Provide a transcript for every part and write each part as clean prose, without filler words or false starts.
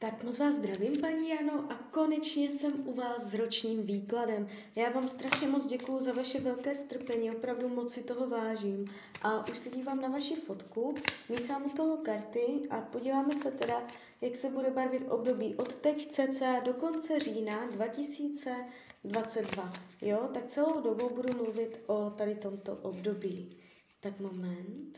Tak moc vás zdravím, paní Jano, a konečně jsem u vás s ročním výkladem. Já vám strašně moc děkuju za vaše velké strpení, opravdu moc si toho vážím. A už se dívám na vaši fotku, míchám u toho karty a podíváme se teda, jak se bude barvit období od teď cca do konce října 2022. Jo, tak celou dobu budu mluvit o tady tomto období. Tak moment.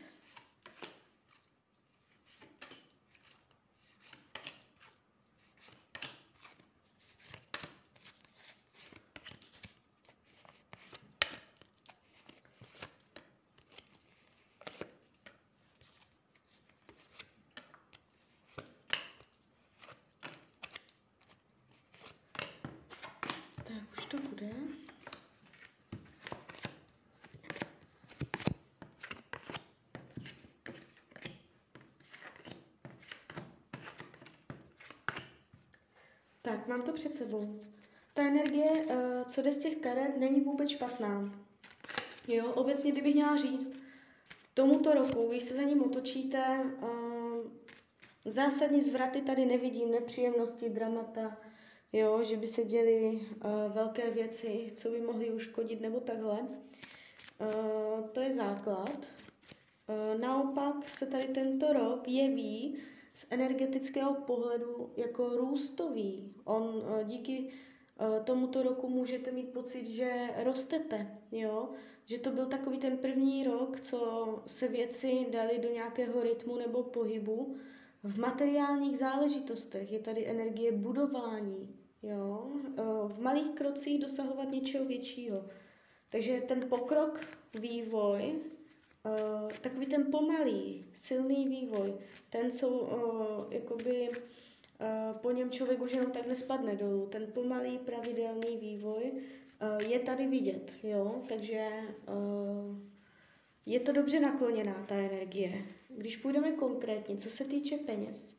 Tak už to bude. Tak, mám to před sebou. Ta energie, co jde z těch karet, není vůbec špatná. Jo, obecně, kdybych měla říct, tomuto roku, když se za ním otočíte, zásadní zvraty tady nevidím, nepříjemnosti, dramata, jo, že by se děly velké věci, co by mohly uškodit nebo takhle. To je základ. Naopak se tady tento rok jeví z energetického pohledu jako růstový. On díky tomuto roku můžete mít pocit, že rostete, jo? Že to byl takový ten první rok, co se věci daly do nějakého rytmu nebo pohybu. V materiálních záležitostech je tady energie budování, jo? V malých krocích dosahovat něčeho většího. Takže ten pokrok, vývoj, takový ten pomalý, silný vývoj, ten, co po něm člověk už jenom tak nespadne dolů, ten pomalý, pravidelný vývoj je tady vidět, jo, takže je to dobře nakloněná ta energie. Když půjdeme konkrétně, co se týče peněz,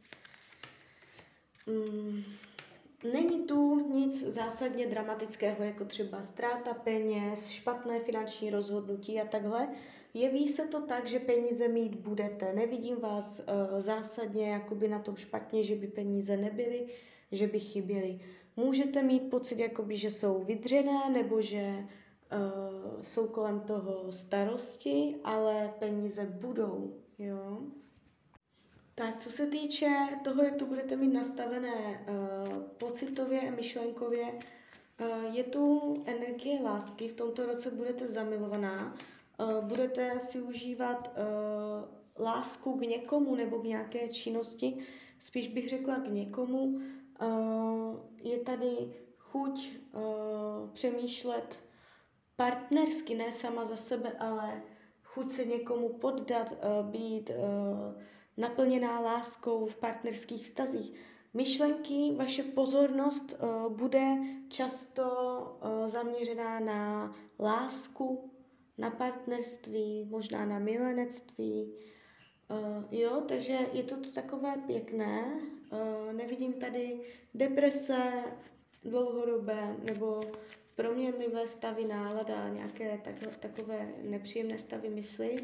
není tu nic zásadně dramatického, jako třeba ztráta peněz, špatné finanční rozhodnutí a takhle. Jeví se to tak, že peníze mít budete. Nevidím vás zásadně jakoby na tom špatně, že by peníze nebyly, že by chyběly. Můžete mít pocit, jakoby, že jsou vydřené nebo že jsou kolem toho starosti, ale peníze budou. Jo? Tak, co se týče toho, jak to budete mít nastavené pocitově, myšlenkově, je tu energie lásky, v tomto roce budete zamilovaná, budete si užívat lásku k někomu nebo k nějaké činnosti, spíš bych řekla k někomu. Je tady chuť přemýšlet partnersky, ne sama za sebe, ale chuť se někomu poddat, být naplněná láskou v partnerských vztazích. Myšlenky, vaše pozornost bude často zaměřená na lásku, na partnerství, možná na milenectví. Jo, takže je to tu takové pěkné. Nevidím tady deprese dlouhodobé nebo proměnlivé stavy nálada, nějaké takové nepříjemné stavy mysli.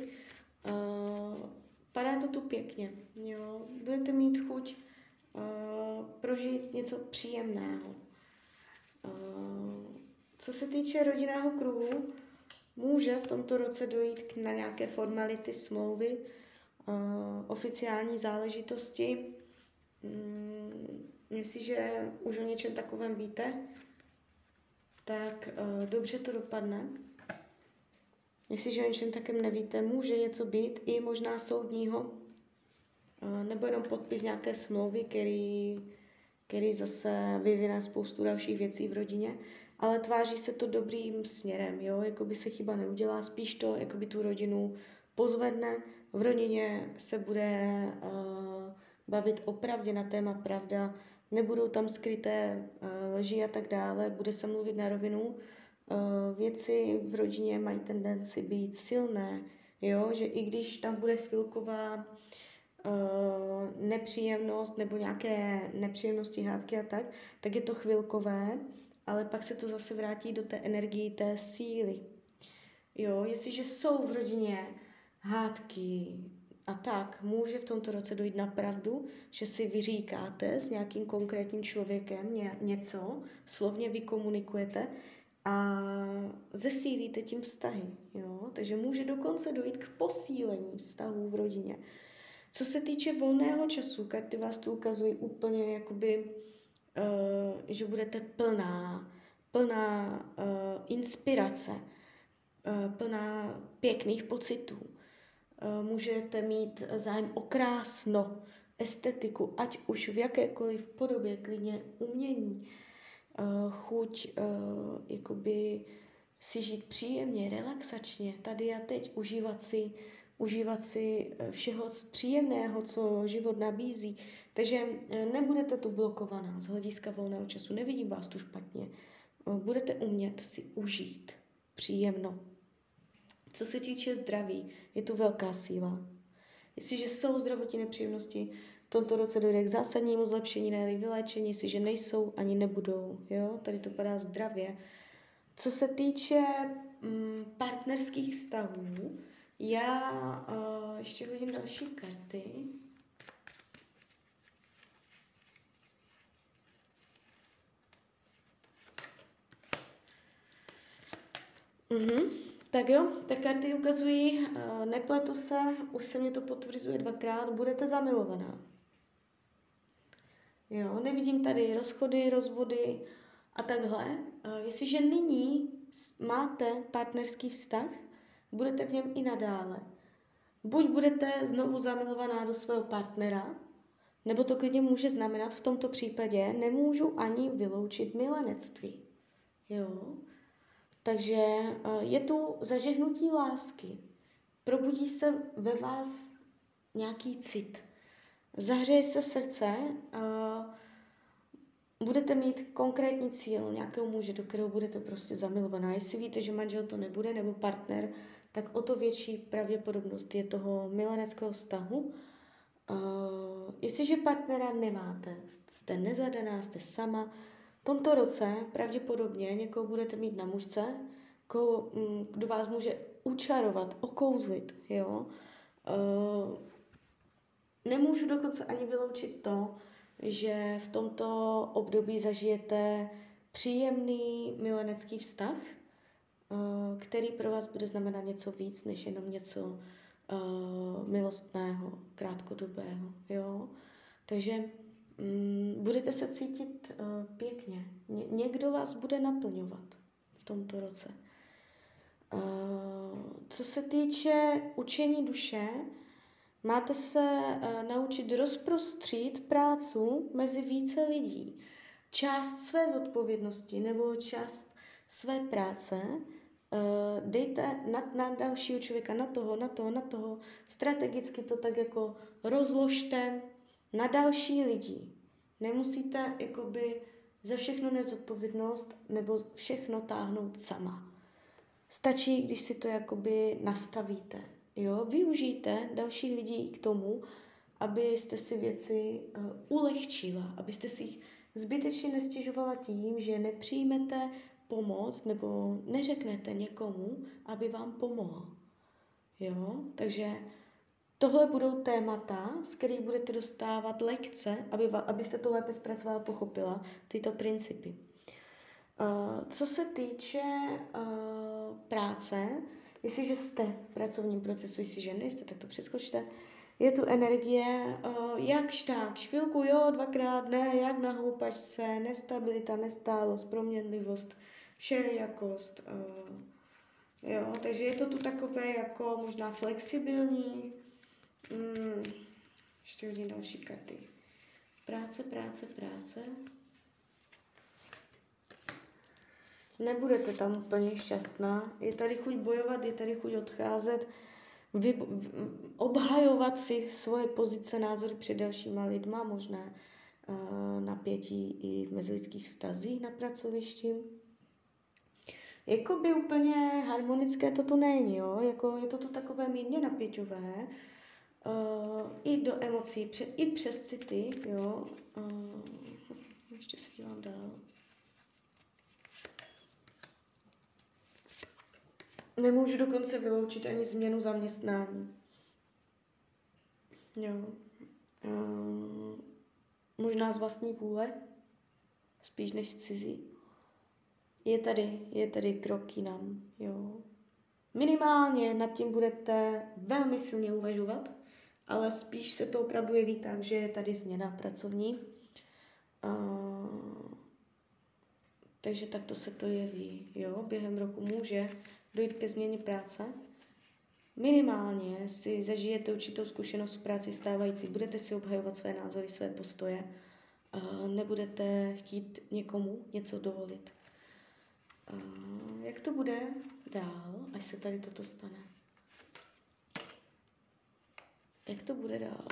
Padá to tu pěkně. Jo. Budete mít chuť prožít něco příjemného. Co se týče rodinného kruhu, může v tomto roce dojít na nějaké formality, smlouvy, oficiální záležitosti. Jestliže už o něčem takovém víte, tak dobře to dopadne. Jestliže o něčem takém nevíte, může něco být i možná soudního, nebo jenom podpis nějaké smlouvy, který zase vyvine spoustu dalších věcí v rodině, ale tváří se to dobrým směrem, jo, jakoby se chyba neudělá, spíš to jakoby tu rodinu pozvedne, v rodině se bude bavit opravdě na téma pravda, nebudou tam skryté lži a tak dále, bude se mluvit na rovinu. Věci v rodině mají tendenci být silné, jo, že i když tam bude chvilková nepříjemnost nebo nějaké nepříjemnosti, hádky a tak je to chvilkové, ale pak se to zase vrátí do té energie, té síly. Jo, jestliže jsou v rodině hádky, a tak může v tomto roce dojít na pravdu, že si vyříkáte s nějakým konkrétním člověkem něco, slovně vykomunikujete a zesílíte tím vztahy. Jo? Takže může dokonce dojít k posílení vztahů v rodině. Co se týče volného času, karty vás tu ukazují úplně jakoby, že budete plná inspirace, plná pěkných pocitů. Můžete mít zájem o krásno, estetiku, ať už v jakékoliv podobě, klidně umění, chuť jakoby si žít příjemně, relaxačně, tady a teď, užívat si všeho příjemného, co život nabízí. Takže nebudete tu blokovaná z hlediska volného času, nevidím vás tu špatně. Budete umět si užít příjemno. Co se týče zdraví, je tu velká síla. Jestliže jsou zdravotní nepříjemnosti, v tomto roce dojde k zásadnímu zlepšení, ne vyléčení, jestliže nejsou, ani nebudou. Jo? Tady to padá zdravě. Co se týče partnerských vztahů, já ještě hodím další karty. Tak jo, tak karty ukazují, nepletu se, už se mě to potvrzuje 2krát, budete zamilovaná. Jo, nevidím tady rozchody, rozvody a takhle. Jestliže nyní máte partnerský vztah, budete v něm i nadále. Buď budete znovu zamilovaná do svého partnera, nebo to klidně může znamenat v tomto případě, nemůžu ani vyloučit milenectví. Jo? Takže je tu zažehnutí lásky. Probudí se ve vás nějaký cit. Zahřeje se srdce, budete mít konkrétní cíl nějakého muže, do kterého budete prostě zamilovaná. Jestli víte, že manžel to nebude, nebo partner, tak o to větší pravděpodobnost je toho mileneckého vztahu. Jestliže partnera nemáte, jste nezadaná, jste sama, v tomto roce pravděpodobně někoho budete mít na mužce, kdo vás může učarovat, okouzlit. Jo? Nemůžu dokonce ani vyloučit to, že v tomto období zažijete příjemný milenecký vztah, který pro vás bude znamenat něco víc, než jenom něco milostného, krátkodobého. Jo? Takže budete se cítit pěkně. Někdo vás bude naplňovat v tomto roce. Co se týče učení duše, máte se naučit rozprostřít prácu mezi více lidí. Část své zodpovědnosti nebo část své práce dejte na dalšího člověka, na toho. Strategicky to tak jako rozložte na další lidi. Nemusíte jakoby za všechno nezodpovědnost nebo všechno táhnout sama. Stačí, když si to jakoby nastavíte. Jo? Využijte dalších lidí k tomu, abyste si věci ulehčila, abyste si jich zbytečně nestěžovala tím, že nepřijmete pomoc nebo neřeknete někomu, aby vám pomohl. Jo? Takže tohle budou témata, z kterých budete dostávat lekce, abyste to lépe zpracovala, pochopila tyto principy. Co se týče práce, jestliže jste v pracovním procesu, jestliže nejste, tak to přeskočte. Je tu energie, jakž tak, chvilku jo, 2krát ne, jak na houpačce, nestabilita, nestálost, proměnlivost, všelijakost. Jo, takže je to tu takové jako možná flexibilní. Ještě hodně další karty. Práce. Nebudete tam úplně šťastná. Je tady chuť bojovat, je tady chuť odcházet, obhajovat si svoje pozice, názory před dalšíma lidma, možná napětí i v mezilidských vztazích na pracovišti. Jakoby úplně harmonické to tu není, jo? Jako je to tu takové mírně napěťové, i do emocí, i přes city, jo? Ještě se dívám dál. Nemůžu dokonce vyloučit ani změnu zaměstnání. Jo. Možná z vlastní vůle, spíš než z cizí. Je tady krok jinam, jo. Minimálně nad tím budete velmi silně uvažovat, ale spíš se to opravdu jeví tak, že je tady změna pracovní. Takže takto se to jeví, jo. Během roku může dojít ke změně práce. Minimálně si zažijete určitou zkušenost v práci stávající. Budete si obhajovat své názory, své postoje. Nebudete chtít někomu něco dovolit. Jak to bude dál, až se tady toto stane? Jak to bude dál?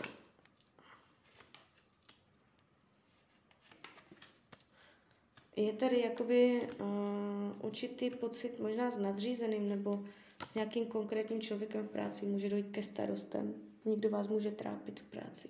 Je tady jakoby určitý pocit možná s nadřízeným nebo s nějakým konkrétním člověkem v práci. Může dojít ke starostem. Někdo vás může trápit v práci.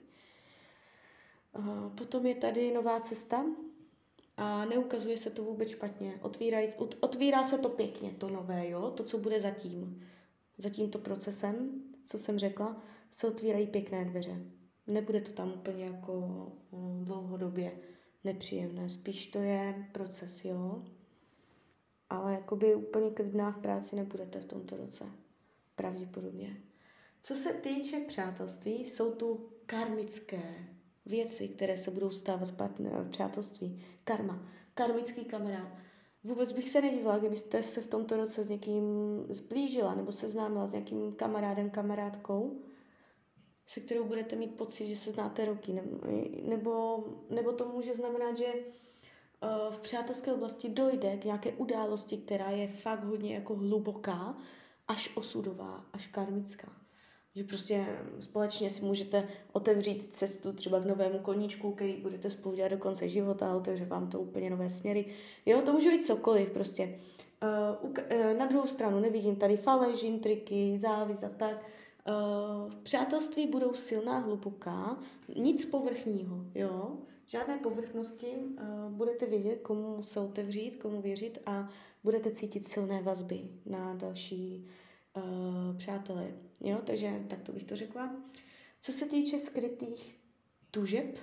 Potom je tady nová cesta a neukazuje se to vůbec špatně. Otvírá se to pěkně, to nové, jo? To, co bude za tímto procesem, co jsem řekla, se otvírají pěkné dveře. Nebude to tam úplně jako dlouhodobě nepříjemné. Spíš to je proces, jo? Ale jakoby úplně klidná v práci nebudete v tomto roce. Pravděpodobně. Co se týče přátelství, jsou tu karmické věci, které se budou stávat v přátelství. Karma. Karmický kamarád. Vůbec bych se nedivila, kdybyste se v tomto roce s někým zblížila nebo seznámila s nějakým kamarádem, kamarádkou, se kterou budete mít pocit, že se znáte roky. Nebo to může znamenat, že v přátelské oblasti dojde k nějaké události, která je fakt hodně jako hluboká, až osudová, až karmická. Že prostě společně si můžete otevřít cestu třeba k novému koníčku, který budete spolu dělat do konce života a otevře vám to úplně nové směry. Jo, to může být cokoliv prostě. Na druhou stranu nevidím tady faleš, intriky, závis a tak. V přátelství budou silná, hluboká, nic povrchního, jo. Žádné povrchnosti, budete vědět, komu se otevřít, komu věřit a budete cítit silné vazby na další přátelé. Jo? Takže tak to bych to řekla. Co se týče skrytých tužeb,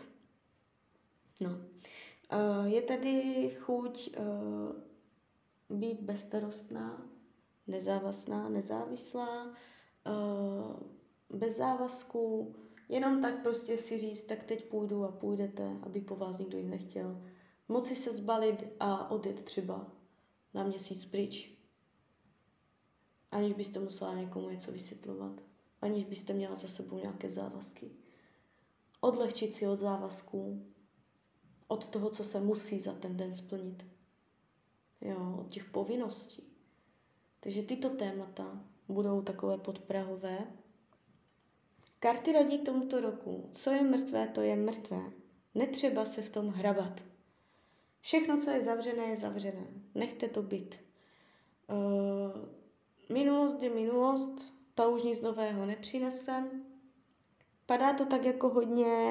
je tady chuť být bezstarostná, nezávazná, nezávislá, bez závazků, jenom tak prostě si říct, tak teď půjdu a půjdete, aby po vás nikdo nic nechtěl. Moci se zbalit a odjet třeba na měsíc pryč. Aniž byste musela někomu něco vysvětlovat. Aniž byste měla za sebou nějaké závazky. Odlehčit si od závazků. Od toho, co se musí za ten den splnit. Jo, od těch povinností. Takže tyto témata budou takové podprahové. Karty radí k tomuto roku. Co je mrtvé, to je mrtvé. Netřeba se v tom hrabat. Všechno, co je zavřené, je zavřené. Nechte to být. Minulost je minulost, ta už nic nového nepřinese. Padá to tak jako hodně,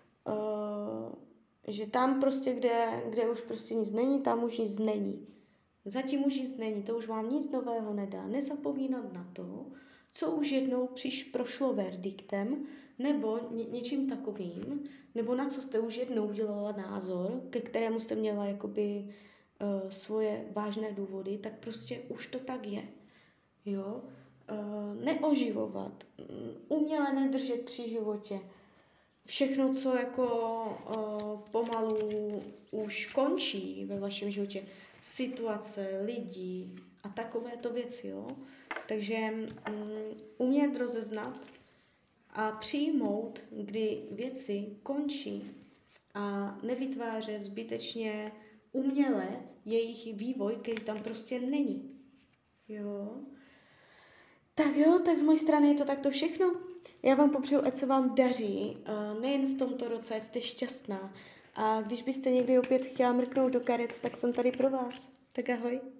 že tam prostě, kde už prostě nic není, tam už nic není. Zatím už nic není, to už vám nic nového nedá. Nezapomínat na to, co už jednou prošlo verdiktem, nebo něčím takovým, nebo na co jste už jednou udělala názor, ke kterému jste měla jakoby svoje vážné důvody, tak prostě už to tak je. Jo? Neoživovat, uměle nedržet při životě. Všechno, co jako pomalu už končí ve vašem životě, situace, lidi a takovéto věci, jo. Takže umět rozeznat a přijmout, kdy věci končí a nevytvářet zbytečně uměle jejich vývoj, který tam prostě není. Jo. Tak z mojej strany je to takto všechno. Já vám popřeju, ať se vám daří, nejen v tomto roce, ať jste šťastná. A když byste někdy opět chtěla mrknout do karet, tak jsem tady pro vás. Tak ahoj.